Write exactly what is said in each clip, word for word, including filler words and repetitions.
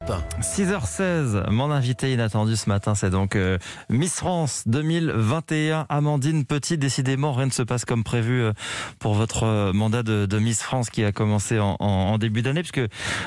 six heures seize, mon invité inattendu ce matin, c'est donc euh, Miss France deux mille vingt et un, Amandine Petit. Décidément, rien ne se passe comme prévu euh, pour votre euh, mandat de, de Miss France qui a commencé en, en, en début d'année, puisque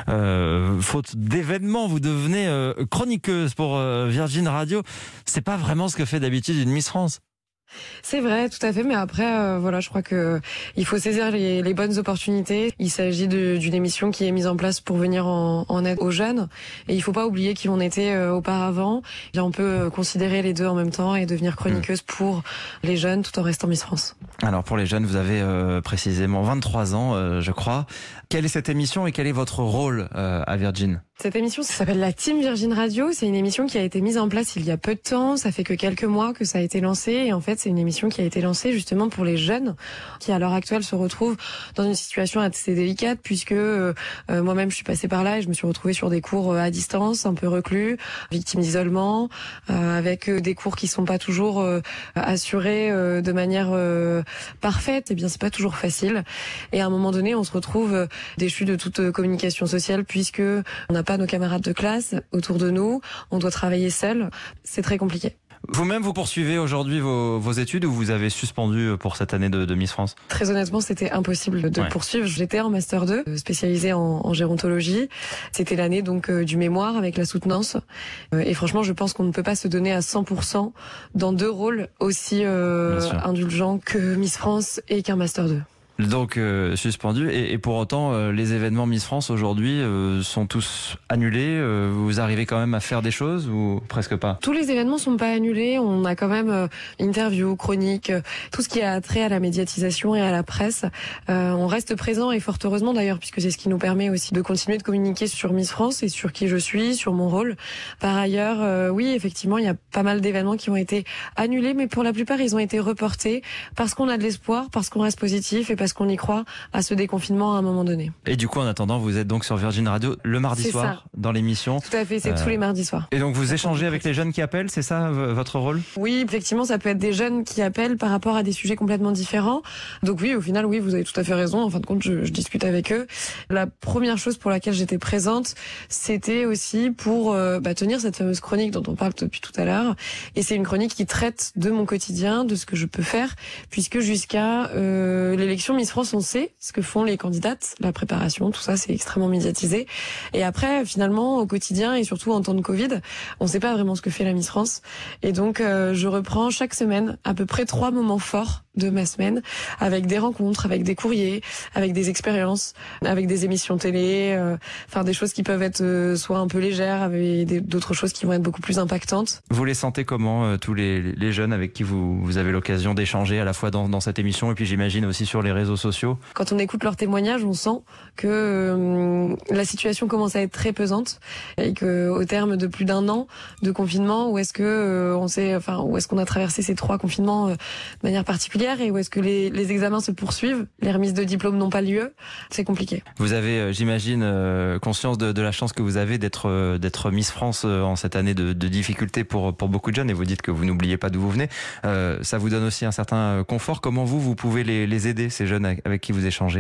euh, faute d'événements, vous devenez euh, chroniqueuse pour euh, Virgin Radio. C'est pas vraiment ce que fait d'habitude une Miss France. C'est vrai, tout à fait. Mais après, euh, voilà, je crois que il faut saisir les, les bonnes opportunités. Il s'agit de, d'une émission qui est mise en place pour venir en, en aide aux jeunes. Et il faut pas oublier qui on était euh, auparavant. Et bien, on peut considérer les deux en même temps et devenir chroniqueuse mmh. pour les jeunes tout en restant Miss France. Alors pour les jeunes, vous avez euh, précisément vingt-trois ans, euh, je crois. Quelle est cette émission et quel est votre rôle euh, à Virgin ? Cette émission, ça s'appelle la Team Virgin Radio. C'est une émission qui a été mise en place il y a peu de temps. Ça fait que quelques mois que ça a été lancé. Et en fait, c'est une émission qui a été lancée justement pour les jeunes qui, à l'heure actuelle, se retrouvent dans une situation assez délicate puisque euh, moi-même, je suis passée par là et je me suis retrouvée sur des cours à distance, un peu reclus, victime d'isolement, euh, avec des cours qui sont pas toujours euh, assurés euh, de manière euh, parfaite. Et bien, c'est pas toujours facile. Et à un moment donné, on se retrouve déchu de toute communication sociale puisque on n'a pas nos camarades de classe autour de nous, on doit travailler seul, c'est très compliqué. Vous-même, vous poursuivez aujourd'hui vos, vos études ou vous avez suspendu pour cette année de, de Miss France ? Très honnêtement, c'était impossible de ouais. poursuivre. J'étais en Master deux, spécialisée en, en gérontologie. C'était l'année donc euh, du mémoire avec la soutenance. Euh, et franchement, je pense qu'on ne peut pas se donner à cent pour cent dans deux rôles aussi euh, indulgents que Miss France et qu'un Master deux. Donc euh, suspendu et, et pour autant euh, les événements Miss France aujourd'hui euh, sont tous annulés. Euh, vous arrivez quand même à faire des choses ou presque pas ? Tous les événements sont pas annulés. On a quand même euh, interviews, chroniques, euh, tout ce qui a trait à la médiatisation et à la presse. Euh, on reste présent et fort heureusement d'ailleurs puisque c'est ce qui nous permet aussi de continuer de communiquer sur Miss France et sur qui je suis, sur mon rôle. Par ailleurs, euh, oui effectivement il y a pas mal d'événements qui ont été annulés, mais pour la plupart ils ont été reportés parce qu'on a de l'espoir, parce qu'on reste positif et parce qu'on y croit à ce déconfinement à un moment donné. Et du coup, en attendant, vous êtes donc sur Virgin Radio le mardi c'est soir ça. Dans l'émission. Tout à fait, c'est euh... tous les mardis soirs. Et donc vous ça échangez avec les jeunes qui appellent, c'est ça votre rôle ? Oui, effectivement, ça peut être des jeunes qui appellent par rapport à des sujets complètement différents. Donc oui, au final, oui, vous avez tout à fait raison. En fin de compte, je, je discute avec eux. La première chose pour laquelle j'étais présente, c'était aussi pour euh, bah, tenir cette fameuse chronique dont on parle depuis tout à l'heure. Et c'est une chronique qui traite de mon quotidien, de ce que je peux faire, puisque jusqu'à euh, l'élection Miss France, on sait ce que font les candidates, la préparation, tout ça, c'est extrêmement médiatisé. Et après, finalement, au quotidien et surtout en temps de Covid, on ne sait pas vraiment ce que fait la Miss France. Et donc, euh, je reprends chaque semaine à peu près trois moments forts de ma semaine, avec des rencontres, avec des courriers, avec des expériences, avec des émissions télé, euh, enfin des choses qui peuvent être euh, soit un peu légères, avec des, d'autres choses qui vont être beaucoup plus impactantes. Vous les sentez comment, euh, tous les, les jeunes avec qui vous, vous avez l'occasion d'échanger à la fois dans, dans cette émission et puis j'imagine aussi sur les réseaux sociaux ? Quand on écoute leurs témoignages, on sent que euh, la situation commence à être très pesante et que au terme de plus d'un an de confinement, où est-ce que euh, on sait, enfin où est-ce qu'on a traversé ces trois confinements euh, de manière particulière et où est-ce que les, les examens se poursuivent, les remises de diplômes n'ont pas lieu, c'est compliqué. Vous avez, euh, j'imagine, euh, conscience de, de la chance que vous avez d'être euh, d'être Miss France euh, en cette année de, de difficultés pour pour beaucoup de jeunes et vous dites que vous n'oubliez pas d'où vous venez. Euh, ça vous donne aussi un certain confort. Comment vous vous pouvez les, les aider, ces jeunes avec qui vous échangez ?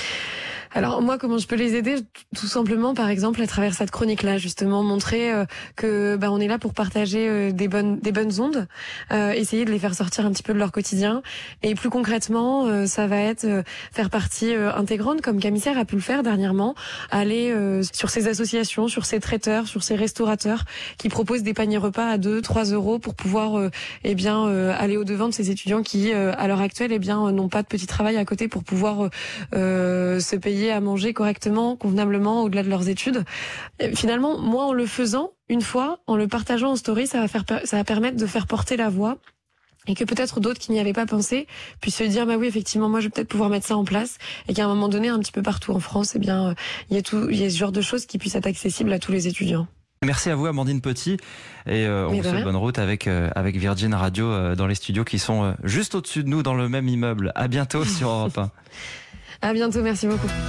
Alors moi, comment je peux les aider ? Tout simplement, par exemple, à travers cette chronique-là, justement, montrer euh, que bah, on est là pour partager euh, des bonnes des bonnes ondes, euh, essayer de les faire sortir un petit peu de leur quotidien. Et plus concrètement, euh, ça va être euh, faire partie euh, intégrante, comme Camissaire a pu le faire dernièrement, aller euh, sur ces associations, sur ces traiteurs, sur ces restaurateurs qui proposent des paniers repas à deux, trois euros pour pouvoir euh, eh bien euh, aller au devant de ces étudiants qui, euh, à l'heure actuelle, eh bien n'ont pas de petit travail à côté pour pouvoir euh, se payer à manger correctement, convenablement, au-delà de leurs études. Et finalement, moi, en le faisant, une fois, en le partageant en story, ça va faire, ça va permettre de faire porter la voix et que peut-être d'autres qui n'y avaient pas pensé puissent se dire, bah oui, effectivement, moi, je vais peut-être pouvoir mettre ça en place et qu'à un moment donné, un petit peu partout en France, eh bien, il y a tout, il y a ce genre de choses qui puissent être accessibles à tous les étudiants. Merci à vous, Amandine Petit, et euh, on vous souhaite bonne route avec euh, avec Virgin Radio euh, dans les studios qui sont euh, juste au-dessus de nous dans le même immeuble. À bientôt sur Europe un. À bientôt, merci beaucoup.